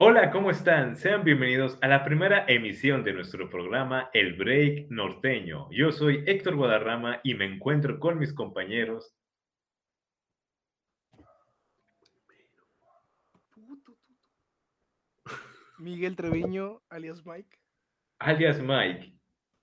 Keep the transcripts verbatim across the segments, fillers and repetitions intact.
Hola, ¿cómo están? Sean bienvenidos a la primera emisión de nuestro programa El Break Norteño. Yo soy Héctor Guadarrama y me encuentro con mis compañeros, Miguel Treviño, alias Mike. alias Mike,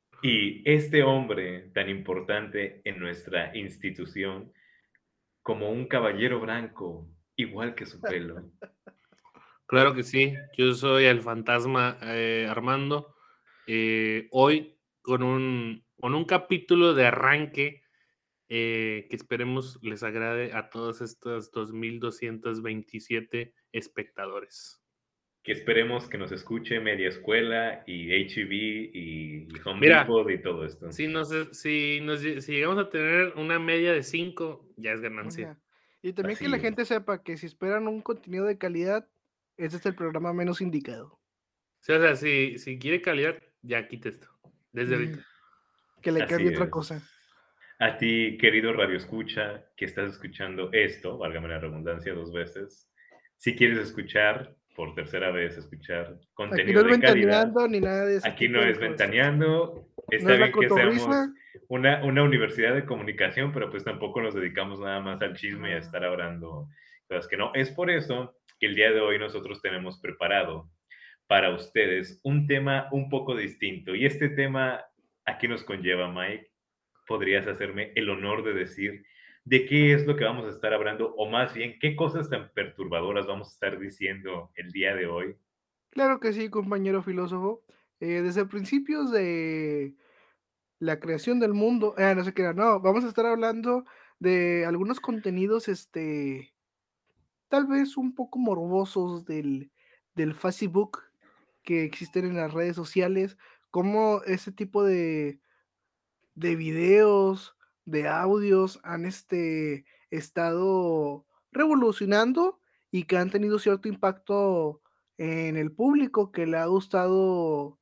y este hombre tan importante en nuestra institución, como un caballero blanco, igual que su pelo. Claro que sí, yo soy el fantasma eh, Armando. eh, hoy con un, con un capítulo de arranque eh, que esperemos les agrade a todos estos dos mil doscientos veintisiete espectadores. Que esperemos que nos escuche Media Escuela y H E B y, y Home Mira, Depot y todo esto. si, nos, si, nos, si llegamos a tener una media de cinco, ya es ganancia. Ajá. Y también que Así la es. gente sepa que si esperan un contenido de calidad, este es el programa menos indicado. O sea, o sea, si, si quiere calidad, ya quite esto, desde Ujú. ahorita. Que le Así cambie otra es. cosa. A ti, querido Radio Escucha, que estás escuchando esto, válgame la redundancia dos veces, si quieres escuchar, por tercera vez, escuchar Aquí no contenido es de calidad, ventaneando ni nada de ese aquí tipo no de es cosas. ventaneando, No está es la bien que cotorriza. seamos una, una universidad de comunicación, pero pues tampoco nos dedicamos nada más al chisme y a Ajá. estar hablando cosas que no. Es por eso que el día de hoy nosotros tenemos preparado para ustedes un tema un poco distinto. Y este tema, ¿a qué nos conlleva, Mike? ¿Podrías hacerme el honor de decir de qué es lo que vamos a estar hablando o más bien qué cosas tan perturbadoras vamos a estar diciendo el día de hoy? Claro que sí, compañero filósofo. Eh, desde principios de la creación del mundo, eh, no sé qué, no, vamos a estar hablando de algunos contenidos, este, tal vez un poco morbosos del, del Facebook que existen en las redes sociales, cómo ese tipo de, de videos, de audios han este, estado revolucionando y que han tenido cierto impacto en el público que le ha gustado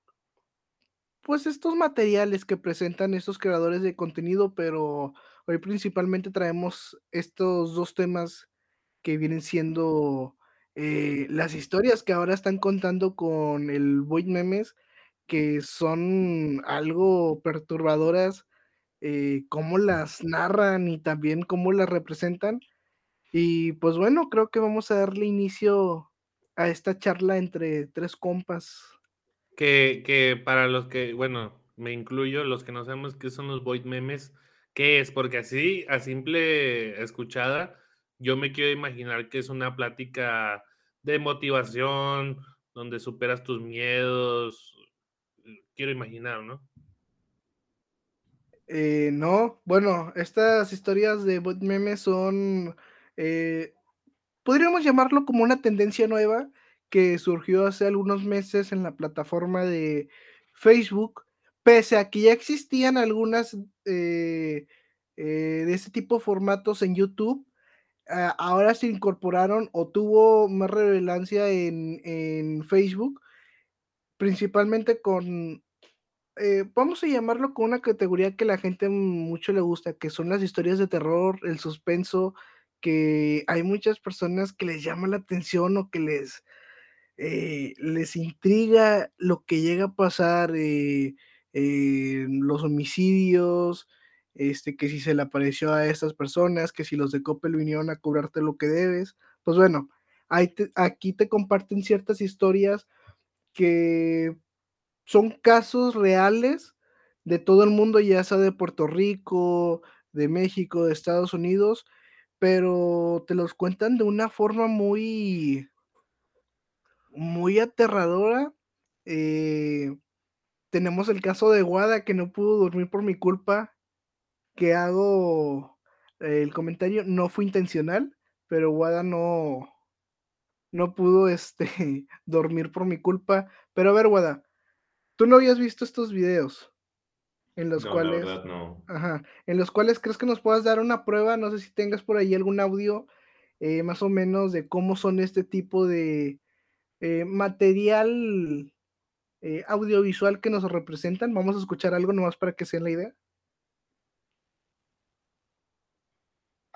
pues estos materiales que presentan estos creadores de contenido, pero hoy principalmente traemos estos dos temas que vienen siendo eh, las historias que ahora están contando con el Void Memes, que son algo perturbadoras, eh, cómo las narran y también cómo las representan. Y pues bueno, creo que vamos a darle inicio a esta charla entre tres compas. Que, que para los que, bueno, me incluyo, los que no sabemos qué son los void memes, ¿qué es? Porque así, a simple escuchada, yo me quiero imaginar que es una plática de motivación, donde superas tus miedos, quiero imaginar, ¿no? Eh, no, bueno, estas historias de bot memes son, eh, podríamos llamarlo como una tendencia nueva que surgió hace algunos meses en la plataforma de Facebook, pese a que ya existían algunas eh, eh, de este tipo de formatos en YouTube, ah, ahora se incorporaron o tuvo más relevancia en, en Facebook, principalmente con eh, vamos a llamarlo con una categoría que la gente mucho le gusta, que son las historias de terror, el suspenso, que hay muchas personas que les llama la atención o que les, eh, les intriga lo que llega a pasar, eh, eh, los homicidios, este, que si se le apareció a estas personas, que si los de Coppel vinieron a cobrarte lo que debes. Pues bueno, ahí te- aquí te comparten ciertas historias que son casos reales de todo el mundo, ya sea de Puerto Rico, de México, de Estados Unidos, pero te los cuentan de una forma muy, muy aterradora. Eh, tenemos el caso de Wada, que no pudo dormir por mi culpa, que hago eh, el comentario, no fue intencional, pero Wada no, no pudo este, dormir por mi culpa. Pero a ver, Wada, tú no habías visto estos videos en los No, la cuales, verdad no. ajá, en los cuales crees que nos puedas dar una prueba, no sé si tengas por ahí algún audio, eh, más o menos de cómo son este tipo de eh, material eh, audiovisual que nos representan. Vamos a escuchar algo nomás para que se den la idea.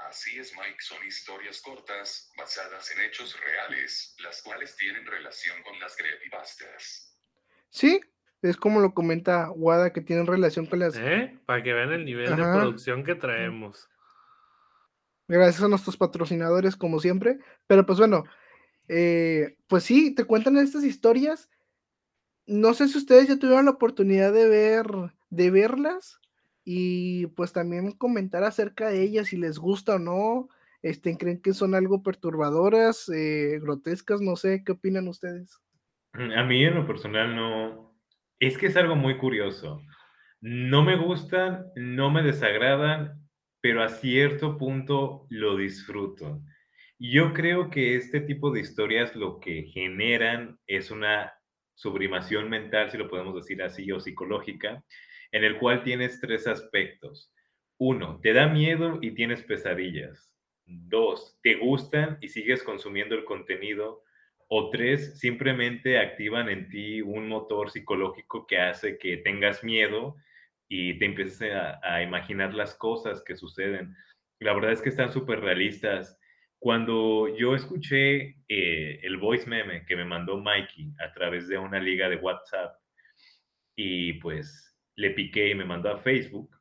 Así es, Mike, son historias cortas, basadas en hechos reales, las cuales tienen relación con las creepypastas. Sí, es como lo comenta Wada, que tienen relación con las... ¿Eh? Para que vean el nivel de Ajá. producción que traemos. Gracias a nuestros patrocinadores, como siempre. Pero pues bueno, eh, pues sí, te cuentan estas historias. No sé si ustedes ya tuvieron la oportunidad de ver, de verlas y pues también comentar acerca de ellas, si les gusta o no, este, creen que son algo perturbadoras, eh, grotescas, no sé, ¿qué opinan ustedes? A mí en lo personal no, es que es algo muy curioso. No me gustan, no me desagradan, pero a cierto punto lo disfruto. Yo creo que este tipo de historias lo que generan es una sublimación mental, si lo podemos decir así, o psicológica, en el cual tienes tres aspectos. Uno, te da miedo y tienes pesadillas. Dos, te gustan y sigues consumiendo el contenido. O tres, simplemente activan en ti un motor psicológico que hace que tengas miedo y te empieces a, a imaginar las cosas que suceden. La verdad es que están súper realistas. Cuando yo escuché eh, el voice meme que me mandó Mikey a través de una liga de WhatsApp y pues le piqué y me mandó a Facebook,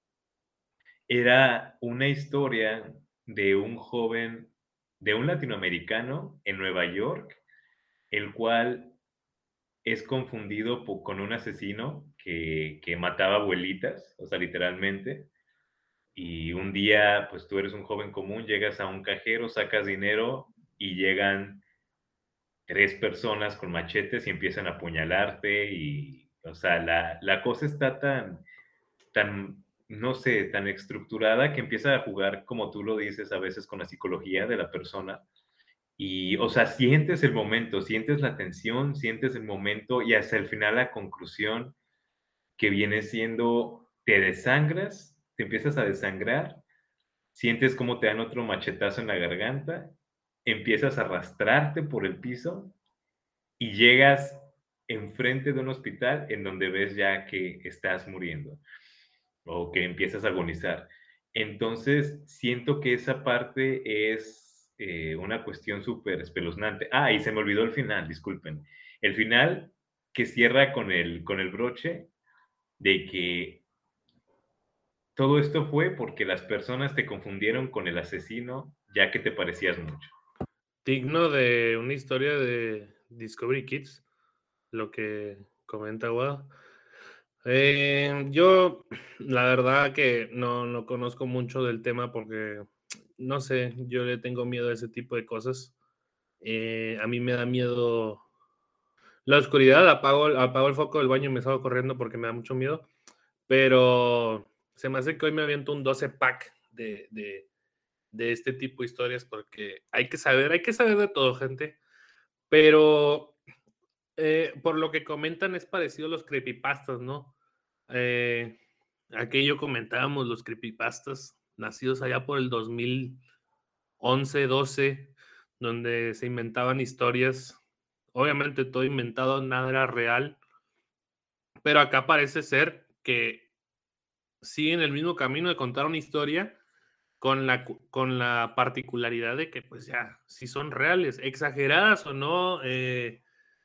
era una historia de un joven, de un latinoamericano en Nueva York, el cual es confundido po- con un asesino que, que mataba abuelitas, o sea, literalmente. Y un día, pues tú eres un joven común, llegas a un cajero, sacas dinero y llegan tres personas con machetes y empiezan a apuñalarte y, o sea, la, la cosa está tan, tan, no sé, tan estructurada que empieza a jugar, como tú lo dices, a veces con la psicología de la persona. Y, o sea, sientes el momento, sientes la tensión, sientes el momento y hasta el final la conclusión que viene siendo, te desangras, te empiezas a desangrar, sientes cómo te dan otro machetazo en la garganta, empiezas a arrastrarte por el piso y llegas enfrente de un hospital en donde ves ya que estás muriendo o que empiezas a agonizar. Entonces, siento que esa parte es eh, una cuestión súper espeluznante. Ah, y se me olvidó el final, disculpen. El final que cierra con el, con el broche de que todo esto fue porque las personas te confundieron con el asesino ya que te parecías mucho. Digno de una historia de Discovery Kids, lo que comenta Wada. Eh, yo, la verdad que no, no conozco mucho del tema porque, no sé, yo le tengo miedo a ese tipo de cosas. Eh, a mí me da miedo la oscuridad, apago, apago el foco del baño y me salgo corriendo porque me da mucho miedo, pero se me hace que hoy me aviento un doce pack de, de, de este tipo de historias porque hay que saber, hay que saber de todo, gente, pero eh, por lo que comentan es parecido a los creepypastas, ¿no? Eh, aquello comentábamos, los creepypastas nacidos allá por el dos mil once, doce, donde se inventaban historias, obviamente todo inventado, nada era real, pero acá parece ser que siguen el mismo camino de contar una historia con la, con la particularidad de que pues ya, si son reales, exageradas o no, eh,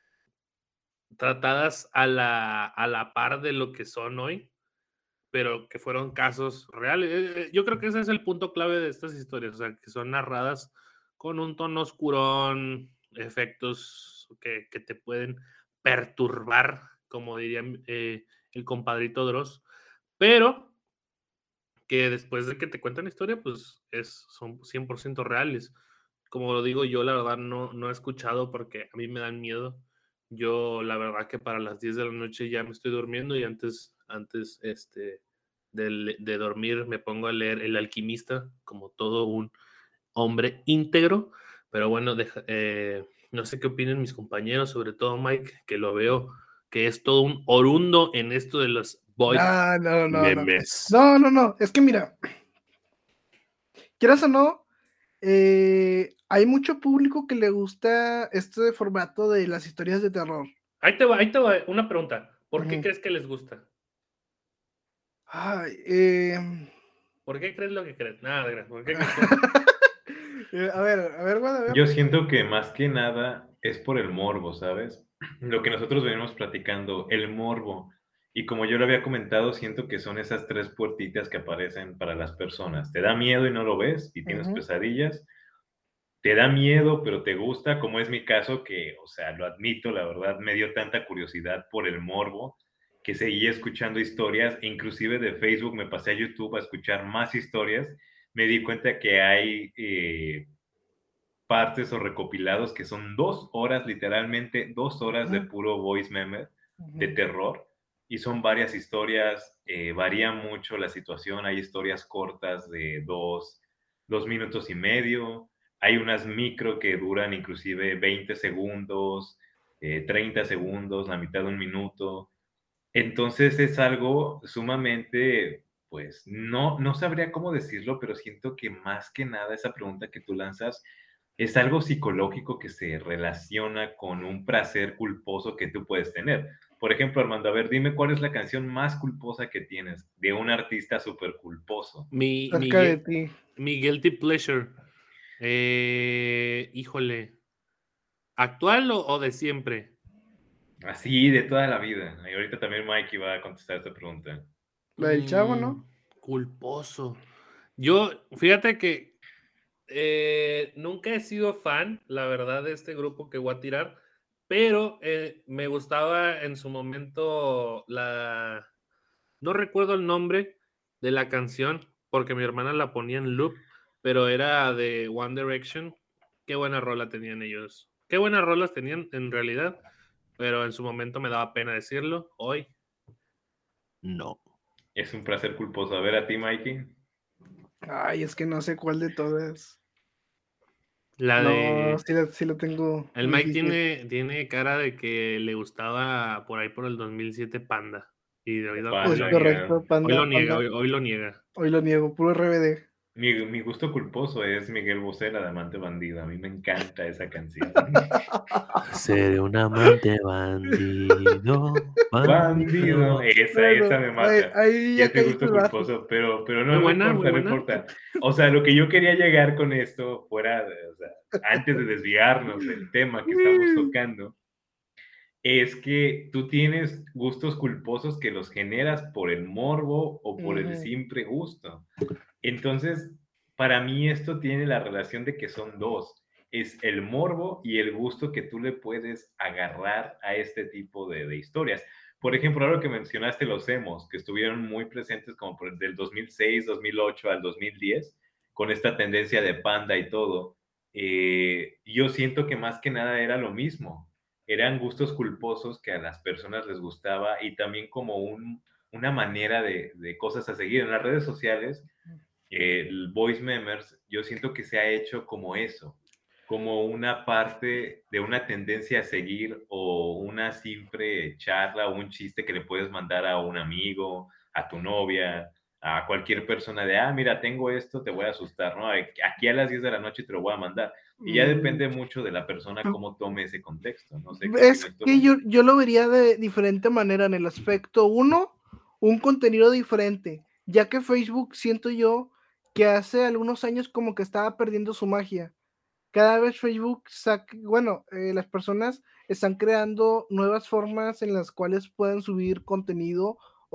tratadas a la, a la par de lo que son hoy, pero que fueron casos reales. Eh, eh, Yo creo que ese es el punto clave de estas historias, o sea, que son narradas con un tono oscurón, efectos que, que te pueden perturbar, como diría eh, el compadrito Dross, pero que después de que te cuentan la historia, pues es, son cien por ciento reales. Como lo digo yo, la verdad no, no he escuchado porque a mí me dan miedo. Yo, la verdad que para las diez de la noche ya me estoy durmiendo y antes, antes este, de, de dormir me pongo a leer El Alquimista como todo un hombre íntegro. Pero bueno, deja, eh, no sé qué opinen mis compañeros, sobre todo Mike, que lo veo que es todo un orundo en esto de los void No, no, no, no. memes. No, no, no. Es que mira, quieras o no, eh, hay mucho público que le gusta este formato de las historias de terror. Ahí te va, ahí te va una pregunta. ¿Por qué Ujú. crees que les gusta? Ay, eh, ¿Por qué crees lo que crees? Nada, gracias. ¿Por qué crees? Eh, A ver, a ver, Juan, a ver. Yo siento que más que nada es por el morbo, ¿sabes? Lo que nosotros venimos platicando, el morbo. Y como yo lo había comentado, siento que son esas tres puertitas que aparecen para las personas. Te da miedo y no lo ves y tienes Ujú. pesadillas. Te da miedo, pero te gusta, como es mi caso, que, o sea, lo admito, la verdad, me dio tanta curiosidad por el morbo que seguía escuchando historias, inclusive de Facebook me pasé a YouTube a escuchar más historias. Me di cuenta que hay eh, partes o recopilados que son dos horas, literalmente dos horas de Ujú. puro voice meme de Ujú. terror. Y son varias historias, eh, varía mucho la situación. Hay historias cortas de dos, dos minutos y medio. Hay unas micro que duran inclusive veinte segundos, eh, treinta segundos, la mitad de un minuto. Entonces es algo sumamente, pues no, no sabría cómo decirlo, pero siento que más que nada esa pregunta que tú lanzas es algo psicológico que se relaciona con un placer culposo que tú puedes tener. Por ejemplo, Armando, a ver, dime cuál es la canción más culposa que tienes de un artista súper culposo. Mi, mi, Cerca de gui- ti. mi guilty pleasure. Eh, híjole. ¿Actual o, o de siempre? Así, de toda la vida. Y ahorita también Mikey va a contestar esta pregunta. La del chavo, Mm, ¿no? culposo. Yo, fíjate que eh, nunca he sido fan, la verdad, de este grupo que voy a tirar, pero eh, me gustaba en su momento la... No recuerdo el nombre de la canción porque mi hermana la ponía en loop, pero era de One Direction. Qué buena rola tenían ellos. Qué buenas rolas tenían en realidad, pero en su momento me daba pena decirlo. Hoy, no. Es un placer culposo. A ver a ti, Mikey. Ay, es que no sé cuál de todas. La No, de... sí la, sí la tengo El Mike difícil. tiene, tiene cara de que le gustaba por ahí por el dos mil siete Panda. Y de hoy, Es Panda, hoy, ya. correcto, hoy Panda, lo niega, Panda. hoy, hoy lo niega. Hoy lo niego, puro R B D. Mi, mi gusto culposo es Miguel Bosé, la de Amante Bandido. A mí me encanta esa canción. Seré un amante bandido, Bandido, esa, esa Bueno, me ahí, mata. ahí Y ya es mi caíste gusto el bajo. culposo, pero, pero Muy no, no buena, muy importa, no buena. importa. O sea, lo que yo quería llegar con esto, fuera, de- o sea, antes de desviarnos del tema que estamos tocando, es que tú tienes gustos culposos que los generas por el morbo o por el Ujú. simple gusto. Entonces, para mí esto tiene la relación de que son dos. Es el morbo y el gusto que tú le puedes agarrar a este tipo de, de historias. Por ejemplo, ahora que mencionaste los emos, que estuvieron muy presentes como por el del dos mil seis, dos mil ocho al dos mil diez, con esta tendencia de panda y todo, eh, yo siento que más que nada era lo mismo. Eran gustos culposos que a las personas les gustaba y también como un, una manera de, de cosas a seguir. En las redes sociales eh, el voice memers, yo siento que se ha hecho como eso, como una parte de una tendencia a seguir o una simple charla o un chiste que le puedes mandar a un amigo, a tu novia, a cualquier persona de, ah, mira, tengo esto, te voy a asustar, ¿no? Aquí a las diez de la noche te lo voy a mandar. Y ya Mm, depende mucho de la persona cómo tome ese contexto. No sé qué Es opinas tú, que Mike. yo, yo lo vería de diferente manera en el aspecto, uno, un contenido diferente, ya que Facebook siento yo que hace algunos años como que estaba perdiendo su magia. Cada vez Facebook saca, bueno, eh, las personas están creando nuevas formas en las cuales puedan subir contenido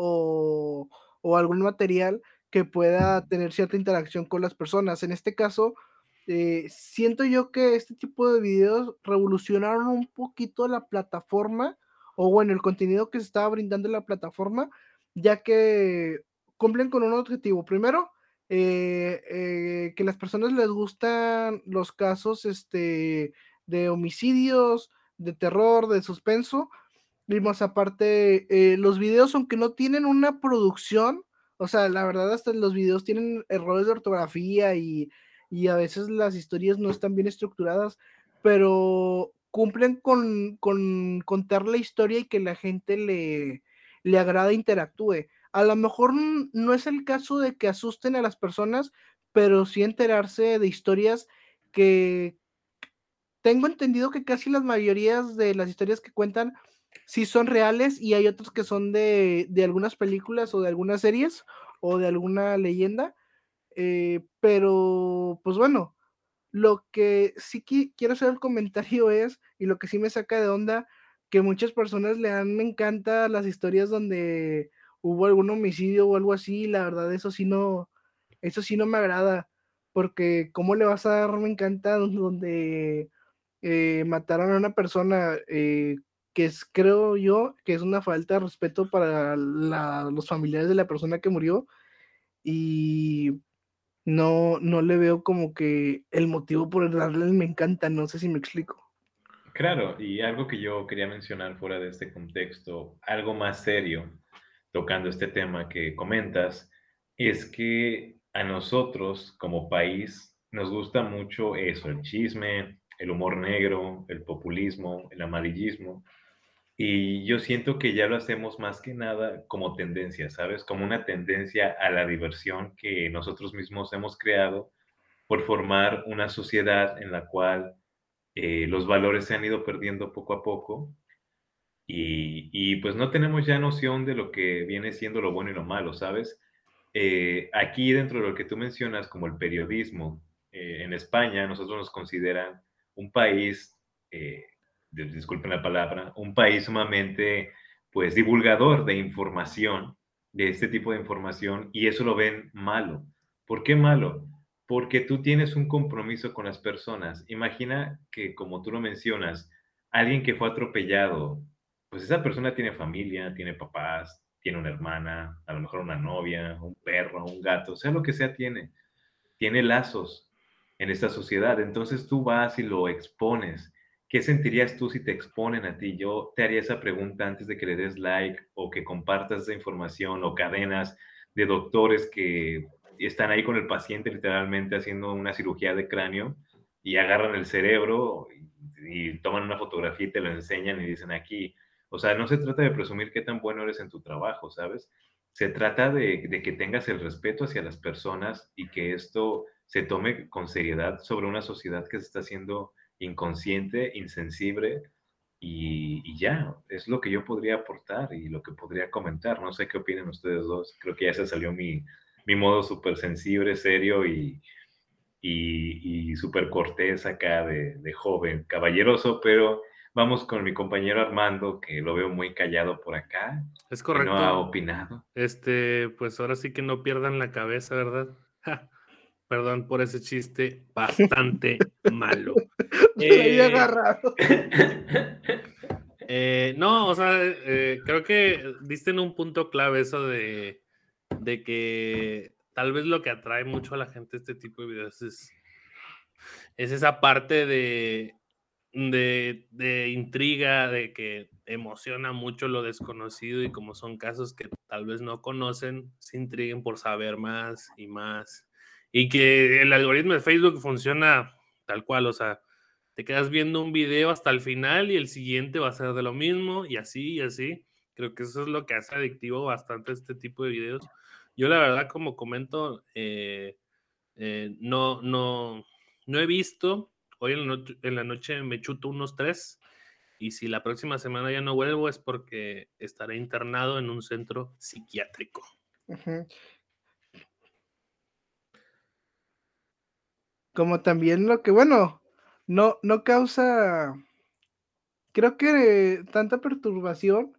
o, o algún material que pueda tener cierta interacción con las personas. En este caso, eh, siento yo que este tipo de videos revolucionaron un poquito la plataforma o bueno, el contenido que se estaba brindando en la plataforma, ya que cumplen con un objetivo. Primero, eh, eh, que las personas les gustan los casos este, de homicidios, de terror, de suspenso, y más aparte, eh, los videos, aunque no tienen una producción, o sea, la verdad, hasta los videos tienen errores de ortografía y, y a veces las historias no están bien estructuradas, pero cumplen con, con contar la historia y que la gente le, le agrada e interactúe. A lo mejor no es el caso de que asusten a las personas, pero sí enterarse de historias que tengo entendido que casi las mayorías de las historias que cuentan sí son reales y hay otros que son de, de algunas películas o de algunas series o de alguna leyenda, Eh, pero, pues bueno, lo que sí qui- quiero hacer el comentario es, y lo que sí me saca de onda, que muchas personas le dan, me encanta las historias donde hubo algún homicidio o algo así, la verdad eso sí no, eso sí no me agrada, porque cómo le vas a dar, me encanta, donde eh, mataron a una persona, eh, que es, creo yo, que es una falta de respeto para la- los familiares de la persona que murió, y no, no le veo como que el motivo por darle el me encanta, no sé si me explico. Claro, y algo que yo quería mencionar fuera de este contexto, algo más serio, tocando este tema que comentas, es que a nosotros como país nos gusta mucho eso, el chisme, el humor negro, el populismo, el amarillismo, y yo siento que ya lo hacemos más que nada como tendencia, ¿sabes? Como una tendencia a la diversión que nosotros mismos hemos creado por formar una sociedad en la cual eh, los valores se han ido perdiendo poco a poco y, y, pues no tenemos ya noción de lo que viene siendo lo bueno y lo malo, ¿sabes? Eh, aquí dentro de lo que tú mencionas como el periodismo, eh, en España nosotros nos consideran un país, eh, de- disculpen la palabra, un país sumamente pues divulgador de información, de este tipo de información y eso lo ven malo. ¿Por qué malo? Porque tú tienes un compromiso con las personas. Imagina que, como tú lo mencionas, alguien que fue atropellado, pues esa persona tiene familia, tiene papás, tiene una hermana, a lo mejor una novia, un perro, un gato, sea lo que sea tiene. Tiene lazos en esta sociedad. Entonces tú vas y lo expones. ¿Qué sentirías tú si te exponen a ti? Yo te haría esa pregunta antes de que le des like o que compartas esa información o cadenas de doctores que están ahí con el paciente literalmente haciendo una cirugía de cráneo y agarran el cerebro y, y toman una fotografía y te lo enseñan y dicen aquí. O sea, no se trata de presumir qué tan bueno eres en tu trabajo, ¿sabes? Se trata de, de que tengas el respeto hacia las personas y que esto se tome con seriedad sobre una sociedad que se está haciendo inconsciente, insensible y, y ya, es lo que yo podría aportar y lo que podría comentar. No sé qué opinan ustedes dos. Creo que ya se salió mi, mi modo súper sensible, serio y, y, y súper cortés acá de, de joven, caballeroso, pero vamos con mi compañero Armando, que lo veo muy callado por acá, Es que no ha correcto. opinado. Este, pues ahora sí que no pierdan la cabeza, ¿verdad? Ja, perdón por ese chiste bastante malo. Me la había Eh, agarrado. eh, no, o sea, eh, creo que diste en un punto clave eso de, de que tal vez lo que atrae mucho a la gente este tipo de videos es, es esa parte de, de, de intriga, de que emociona mucho lo desconocido y como son casos que tal vez no conocen, se intriguen por saber más y más. Y que el algoritmo de Facebook funciona tal cual, o sea, te quedas viendo un video hasta el final y el siguiente va a ser de lo mismo y así y así. Creo que eso es lo que hace adictivo bastante este tipo de videos. Yo la verdad, como comento, eh, eh, no, no, no he visto. Hoy en la, noche, en la noche me chuto unos tres. Y si la próxima semana ya no vuelvo es porque estaré internado en un centro psiquiátrico. Ujú. Como también lo que, bueno, no, no causa, creo que tanta perturbación,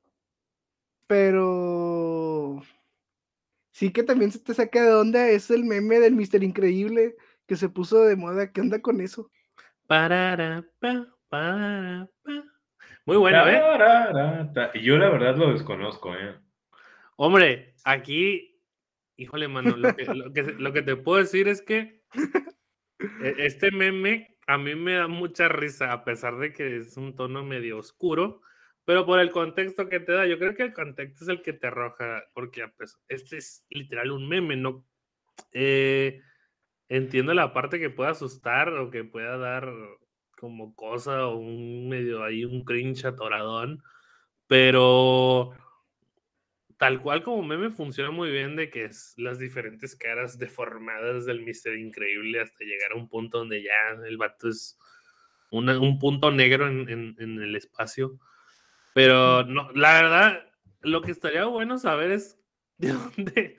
pero sí que también se te saca de onda, es el meme del míster Increíble que se puso de moda. ¿Qué onda con eso? Parara, pa, parara, pa. Muy bueno, ¿eh? Tararata. Y yo la verdad lo desconozco, ¿eh? Hombre, aquí, híjole, mano, lo que, lo que, lo que te puedo decir es que e- este meme a mí me da mucha risa, a pesar de que es un tono medio oscuro, pero por el contexto que te da, yo creo que el contexto es el que te arroja, porque pues, este es literal un meme, ¿no? Eh, entiendo la parte que pueda asustar o que pueda dar como cosa o un medio ahí, un cringe atoradón, pero tal cual como meme funciona muy bien de que es las diferentes caras deformadas del míster Increíble hasta llegar a un punto donde ya el vato es una- un punto negro en, en- en el espacio. Pero no, la verdad, lo que estaría bueno saber es de dónde,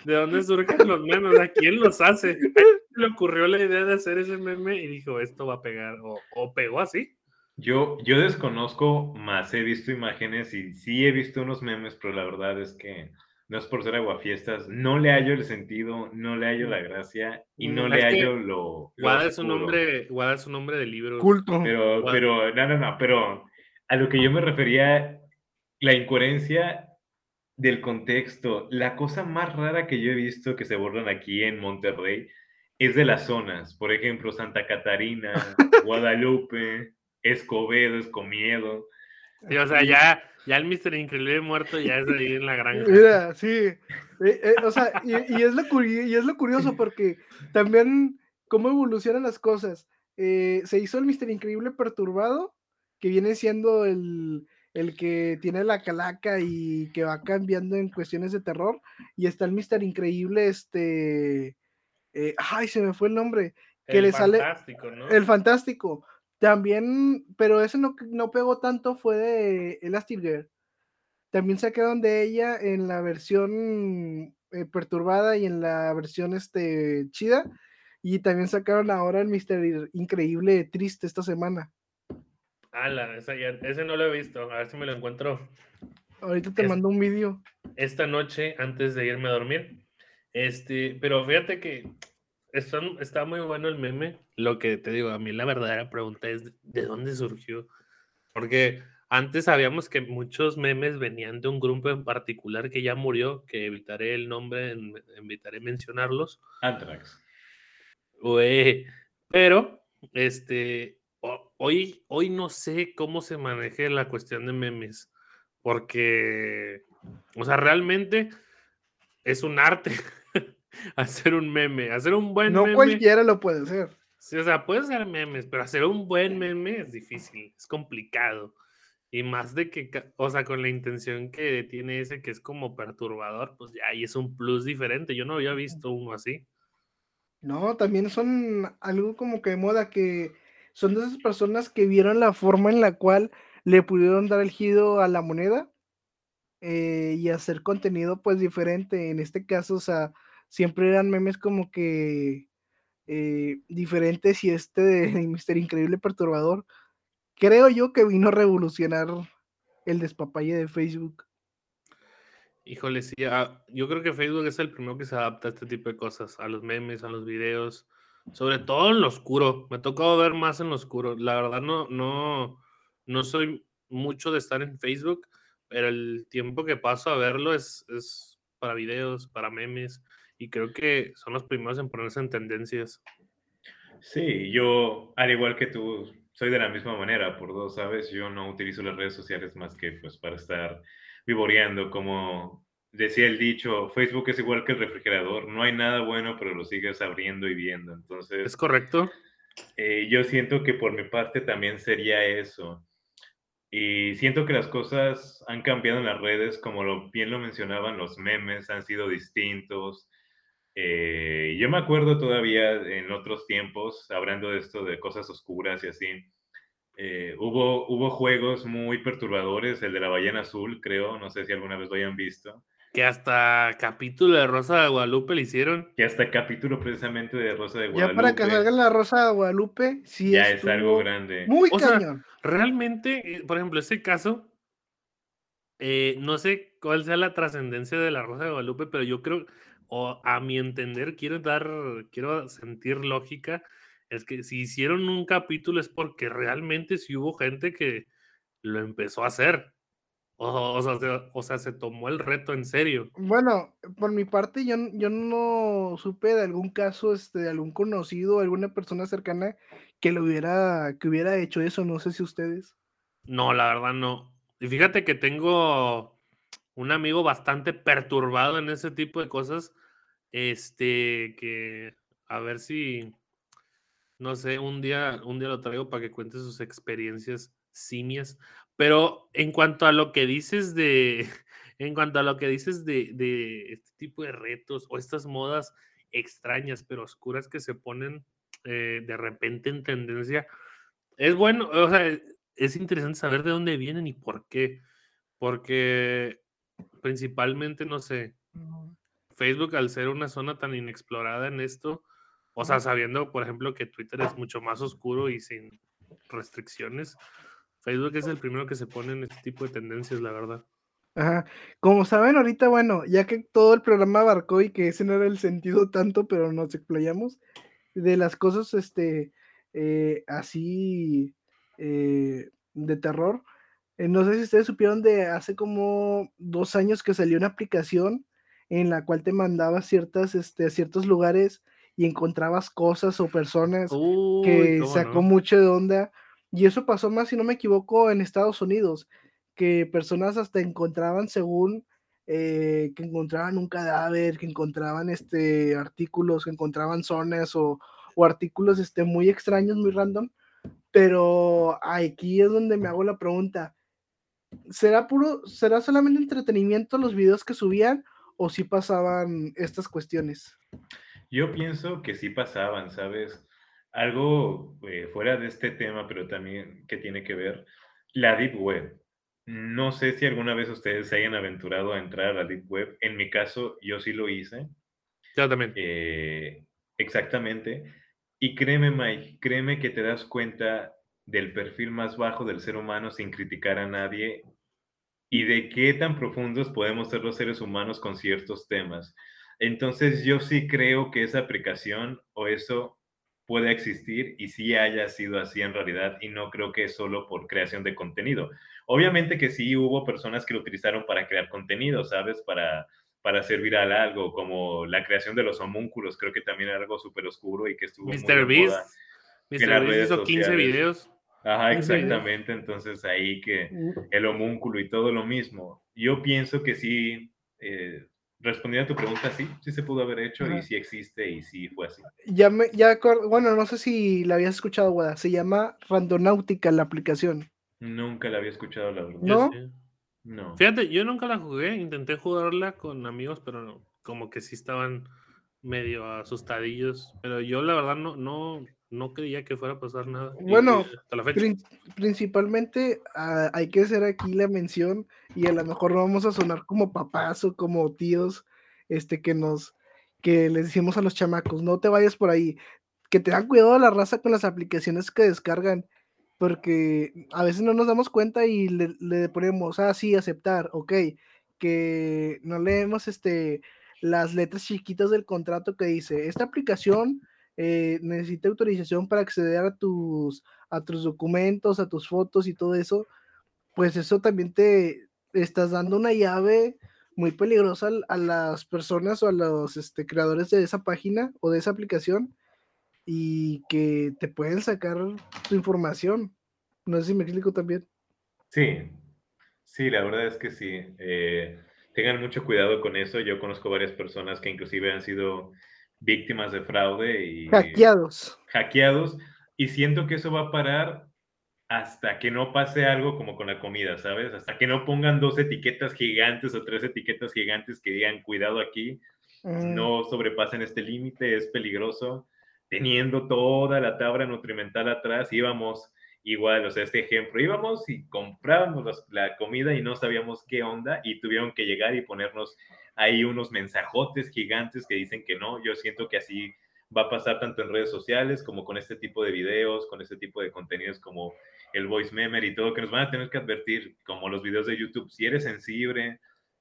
¿De dónde surgen los memes? ¿A quién los hace? ¿A quién se le ocurrió la idea de hacer ese meme y dijo, esto va a pegar? ¿O, o pegó así? Yo, yo desconozco, más he visto imágenes y sí he visto unos memes, pero la verdad es que no es por ser aguafiestas, no le hallo el sentido, no le hallo la gracia y no Mm, le Es que hallo lo, lo Wada es un oscuro. nombre, Wada es un nombre de libros. Culto. Pero, Gua- pero, no, no, no, pero a lo que yo me refería, la incoherencia del contexto, la cosa más rara que yo he visto que se borran aquí en Monterrey es de las zonas, por ejemplo, Santa Catarina, Guadalupe, Escobedo, Escomiedo. Sí, o sea, ya, ya el míster Increíble muerto ya es ahí en la granja. Mira, sí. Eh, eh, o sea, y, y es lo curi- y es lo curioso porque también cómo evolucionan las cosas. Eh, se hizo el míster Increíble Perturbado, que viene siendo el, el que tiene la calaca y que va cambiando en cuestiones de terror. Y está el míster Increíble, este. eh, ay, se me fue el nombre. Que El le sale. fantástico, ¿no? El Fantástico. También, pero ese no, no pegó tanto, fue de Elastigirl. También sacaron de ella en la versión eh, perturbada y en la versión este, chida. Y también sacaron ahora el míster Increíble Triste esta semana. Ala, esa ya- ese no lo he visto. A ver si me lo encuentro Ahorita te Es- mando un vídeo. esta noche antes de irme a dormir. Este, pero fíjate que está, está muy bueno el meme. Lo que te digo, a mí la verdadera pregunta es ¿de dónde surgió? Porque antes sabíamos que muchos memes venían de un grupo en particular que ya murió, que evitaré el nombre, en- evitaré mencionarlos. Anthrax. Güey, pero este, ho- hoy, hoy no sé cómo se maneje la cuestión de memes, porque, o sea, realmente es un arte hacer un meme, hacer un buen No meme. cualquiera lo puede hacer. Sí, o sea, puedes hacer memes, pero hacer un buen meme es difícil, es complicado. Y más de que, ca- o sea, con la intención que tiene ese que es como perturbador, pues ya ahí es un plus diferente. Yo no había visto uno así. No, también son algo como que de moda, que son de esas personas que vieron la forma en la cual le pudieron dar el giro a la moneda eh, y hacer contenido pues diferente. En este caso, o sea, siempre eran memes como que eh, diferentes y este de míster Increíble Perturbador, creo yo que vino a revolucionar el despapalle de Facebook. Híjole, sí, ah, yo creo que Facebook es el primero que se adapta a este tipo de cosas, a los memes, a los videos, sobre todo en lo oscuro. Me ha tocado ver más en lo oscuro. La verdad no, no, no soy mucho de estar en Facebook, pero el tiempo que paso a verlo es, es para videos, para memes, y creo que son los primeros en ponerse en tendencias. Sí, yo, al igual que tú, soy de la misma manera, por dos, ¿sabes? Yo no utilizo las redes sociales más que pues para estar vivoreando, como decía el dicho, Facebook es igual que el refrigerador, no hay nada bueno, pero lo sigues abriendo y viendo. ¿Es Entonces, correcto? eh, yo siento que por mi parte también sería eso. Y siento que las cosas han cambiado en las redes, como lo, bien lo mencionaban, los memes han sido distintos. Eh, yo me acuerdo todavía en otros tiempos, hablando de esto de cosas oscuras y así, eh, hubo, hubo juegos muy perturbadores, el de la ballena azul, creo, no sé si alguna vez lo hayan visto, Que hasta capítulo de Rosa de Guadalupe le hicieron. que hasta capítulo precisamente de Rosa de Ya para que salga Guadalupe la Rosa de Guadalupe, sí ya es algo estuvo grande. muy O sea, cañón. realmente, eh, por ejemplo, ese caso, eh, no sé cuál sea la trascendencia de la Rosa de Guadalupe, pero yo creo, o a mi entender, quiero dar, quiero sentir lógica, es que si hicieron un capítulo es porque realmente sí hubo gente que lo empezó a hacer. O, o sea, se, o sea, se tomó el reto en serio. Bueno, por mi parte, yo, n- yo no supe de algún caso, este, de algún conocido, alguna persona cercana que lo hubiera, que hubiera hecho eso, no sé si ustedes. No, la verdad no. Y fíjate que tengo un amigo bastante perturbado en ese tipo de cosas. Este, que a ver si, no sé, un día, un día lo traigo para que cuente sus experiencias simias. Pero en cuanto a lo que dices de, en cuanto a lo que dices de, de este tipo de retos o estas modas extrañas pero oscuras que se ponen eh, de repente en tendencia, es bueno, o sea, es interesante saber de dónde vienen y por qué. Porque principalmente, no sé, Facebook, al ser una zona tan inexplorada en esto, o sea, sabiendo, por ejemplo, que Twitter es mucho más oscuro y sin restricciones, Facebook es el primero que se pone en este tipo de tendencias, la verdad. Ajá. Como saben ahorita, bueno, ya que todo el programa abarcó y que ese no era el sentido tanto, pero nos explayamos de las cosas, este, eh, así, eh, de terror. Eh, no sé si ustedes supieron de hace como dos años que salió una aplicación en la cual te mandaba ciertas, este, a ciertos lugares y encontrabas cosas o personas Uy, que cómo sacó no. mucho de onda. Y eso pasó más, si no me equivoco, en Estados Unidos, que personas hasta encontraban, según, eh, que encontraban un cadáver, que encontraban este, artículos, que encontraban zonas o, o artículos este, muy extraños, muy random. Pero aquí es donde me hago la pregunta. ¿Será puro, será solamente entretenimiento los videos que subían o si pasaban estas cuestiones? Yo pienso que sí pasaban, ¿sabes? Algo eh, fuera de este tema, pero también que tiene que ver, la Deep Web. No sé si alguna vez ustedes se hayan aventurado a entrar a la Deep Web. En mi caso, yo sí lo hice. Yo también. Eh, exactamente. Y créeme, Mike, créeme que te das cuenta del perfil más bajo del ser humano sin criticar a nadie y de qué tan profundos podemos ser los seres humanos con ciertos temas. Entonces, yo sí creo que esa aplicación o eso puede existir y sí haya sido así en realidad y no creo que es solo por creación de contenido. Obviamente que sí hubo personas que lo utilizaron para crear contenido, ¿sabes? Para, para hacer viral algo, como la creación de los homúnculos, creo que también era algo súper oscuro y que estuvo muy de mister moda Beast, en mister las Beast redes hizo quince sociales. videos. Ajá, quince videos. exactamente. Entonces ahí que el homúnculo y todo lo mismo. Yo pienso que sí, eh, respondiendo a tu pregunta, sí, sí se pudo haber hecho y Ajá. sí existe y sí fue así. Ya me, ya, acor- bueno, no sé si la habías escuchado, Guada. Se llama Randonáutica la aplicación, Nunca la había escuchado, la verdad. Yo ¿no? sí. No. Fíjate, yo nunca la jugué, intenté jugarla con amigos, pero no, como que sí estaban medio asustadillos. Pero yo la verdad no, no, no creía que fuera a pasar nada. Y, y Bueno, hasta la fecha. prin- principalmente ah, hay que hacer aquí la mención y a lo mejor no vamos a sonar como papás o como tíos, este, que nos, que les decimos a los chamacos, no te vayas por ahí, que tengan cuidado a la raza con las aplicaciones que descargan, porque a veces no nos damos cuenta y le, le ponemos, ah, sí, aceptar, ok, que no leemos este, las letras chiquitas del contrato que dice, esta aplicación eh, necesita autorización para acceder a tus, a tus documentos, a tus fotos y todo eso, pues eso también te estás dando una llave muy peligrosa a, a las personas o a los este, creadores de esa página o de esa aplicación y que te pueden sacar tu información. No sé si me explico también. Sí, sí, la verdad es que sí. Eh, tengan mucho cuidado con eso. Yo conozco varias personas que inclusive han sido víctimas de fraude y Hackeados. hackeados y siento que eso va a parar hasta que no pase algo como con la comida, ¿sabes? Hasta que no pongan dos etiquetas gigantes o tres etiquetas gigantes que digan cuidado aquí, Mm, no sobrepasen este límite, es peligroso. Teniendo toda la tabla nutrimental atrás, íbamos igual, o sea, este ejemplo, íbamos y comprábamos los, la comida y no sabíamos qué onda y tuvieron que llegar y ponernos ahí unos mensajotes gigantes que dicen que no. Yo siento que así va a pasar tanto en redes sociales como con este tipo de videos, con este tipo de contenidos como el voice memer y todo, que nos van a tener que advertir, como los videos de YouTube, si eres sensible,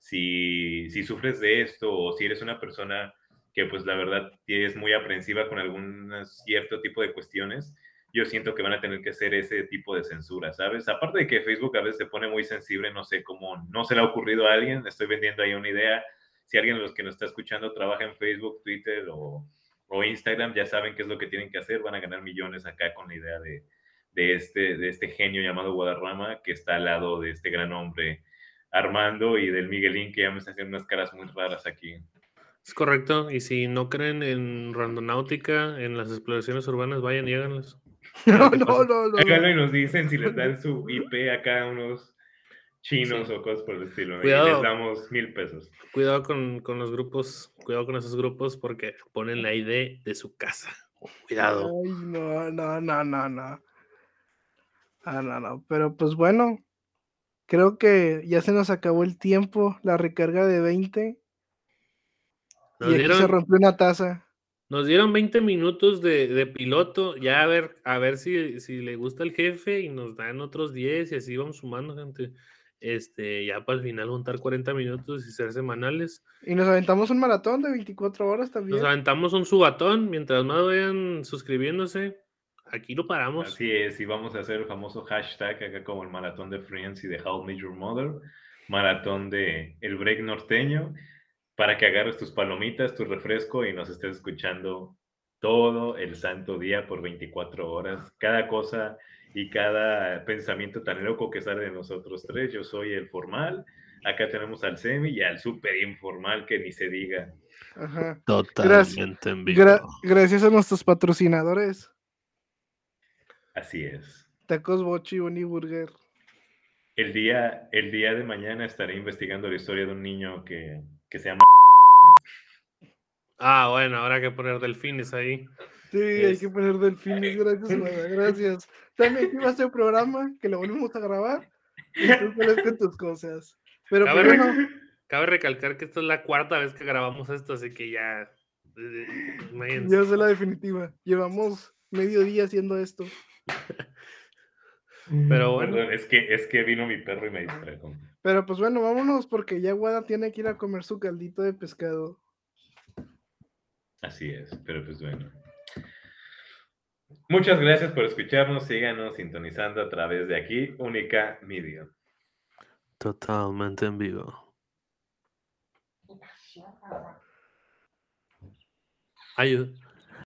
si, si sufres de esto o si eres una persona que pues la verdad es muy aprensiva con algún cierto tipo de cuestiones, yo siento que van a tener que hacer ese tipo de censura, ¿sabes? Aparte de que Facebook a veces se pone muy sensible, no sé cómo, no se le ha ocurrido a alguien, estoy vendiendo ahí una idea, si alguien de los que nos está escuchando trabaja en Facebook, Twitter o, o Instagram, ya saben qué es lo que tienen que hacer, van a ganar millones acá con la idea de, de, este, de este genio llamado Guadarrama, que está al lado de este gran hombre Armando y del Miguelín, que ya me están haciendo unas caras muy raras aquí. Es correcto. Y si no creen en randonáutica, en las exploraciones urbanas, vayan y háganlas. A No, ver qué no, pasa. no, no, Háganlo no. y nos dicen si les dan su I P acá a unos chinos Sí. o cosas por el estilo, y les Cuidado, damos mil pesos. cuidado con, con los grupos, cuidado con esos grupos porque ponen la I D de su casa. Cuidado. Ay, no, no, no, no, no. Ah, no, no. Pero pues bueno, creo que ya se nos acabó el tiempo, la recarga de veinte. Nos y aquí se dieron, rompió una taza. nos dieron veinte minutos de, de piloto, ya a ver, a ver si, si le gusta el jefe y nos dan otros diez y así vamos sumando, gente. Este, ya para el final juntar cuarenta minutos y ser semanales. Y nos aventamos un maratón de veinticuatro horas Nos también. aventamos un subatón, mientras más vayan suscribiéndose, aquí lo paramos. Así es, y vamos a hacer el famoso hashtag acá como el maratón de Friends y de How I Met Your Mother, maratón de El Break Norteño, para que agarres tus palomitas, tu refresco y nos estés escuchando todo el santo día por veinticuatro horas. Cada cosa y cada pensamiento tan loco que sale de nosotros tres. Yo soy el formal, acá tenemos al semi y al súper informal que ni se diga. Ajá. Totalmente en vivo. Gra- gracias a nuestros patrocinadores. Así es. Tacos Bochi, Bonnie Burger. El día, el día de mañana estaré investigando la historia de un niño que, que se llama... Ah, bueno, habrá que poner delfines ahí. Sí, hay que poner delfines. Gracias, Guada, gracias. También aquí va este programa que lo volvemos a grabar y tú sales con tus cosas. Pero Cabe, pues, re- bueno, cabe recalcar que esta es la cuarta vez que grabamos esto, así que ya. eh, imagínense. ya sé la definitiva. Llevamos medio día haciendo esto. Pero bueno. Perdón, es que, es que vino mi perro y me distrajo. Pero pues bueno, vámonos porque ya Guada tiene que ir a comer su caldito de pescado. Así es, pero pues bueno. Muchas gracias por escucharnos. Síganos sintonizando a través de aquí, Única Media. Totalmente en vivo. Ayuda.